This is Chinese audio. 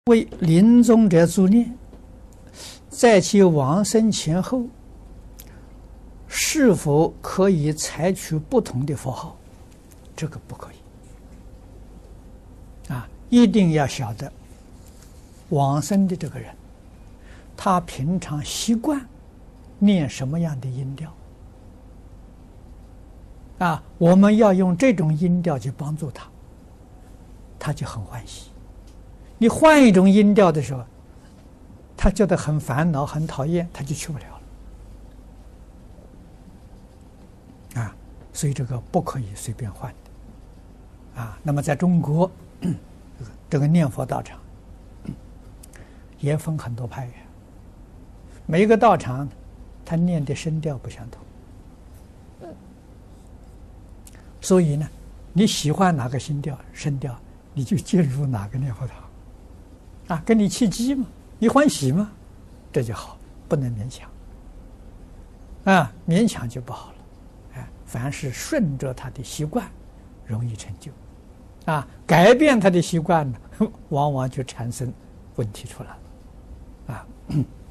为临终者助念，在其往生前后，是否可以采取不同的佛号？这个不可以啊！一定要晓得往生的这个人，他平常习惯念什么样的音调啊？我们要用这种音调去帮助他，他就很欢喜。你换一种音调的时候，他觉得很烦恼、很讨厌，他就去不了了啊！所以这个不可以随便换的啊。那么在中国，这个念佛道场也分很多派别，每一个道场他念的声调不相同，所以呢，你喜欢哪个声调，你就进入哪个念佛堂啊，跟你契机嘛，你欢喜嘛，这就好，不能勉强啊，勉强就不好了。哎，凡是顺着他的习惯，容易成就啊，改变他的习惯呢，往往就产生问题出来了啊。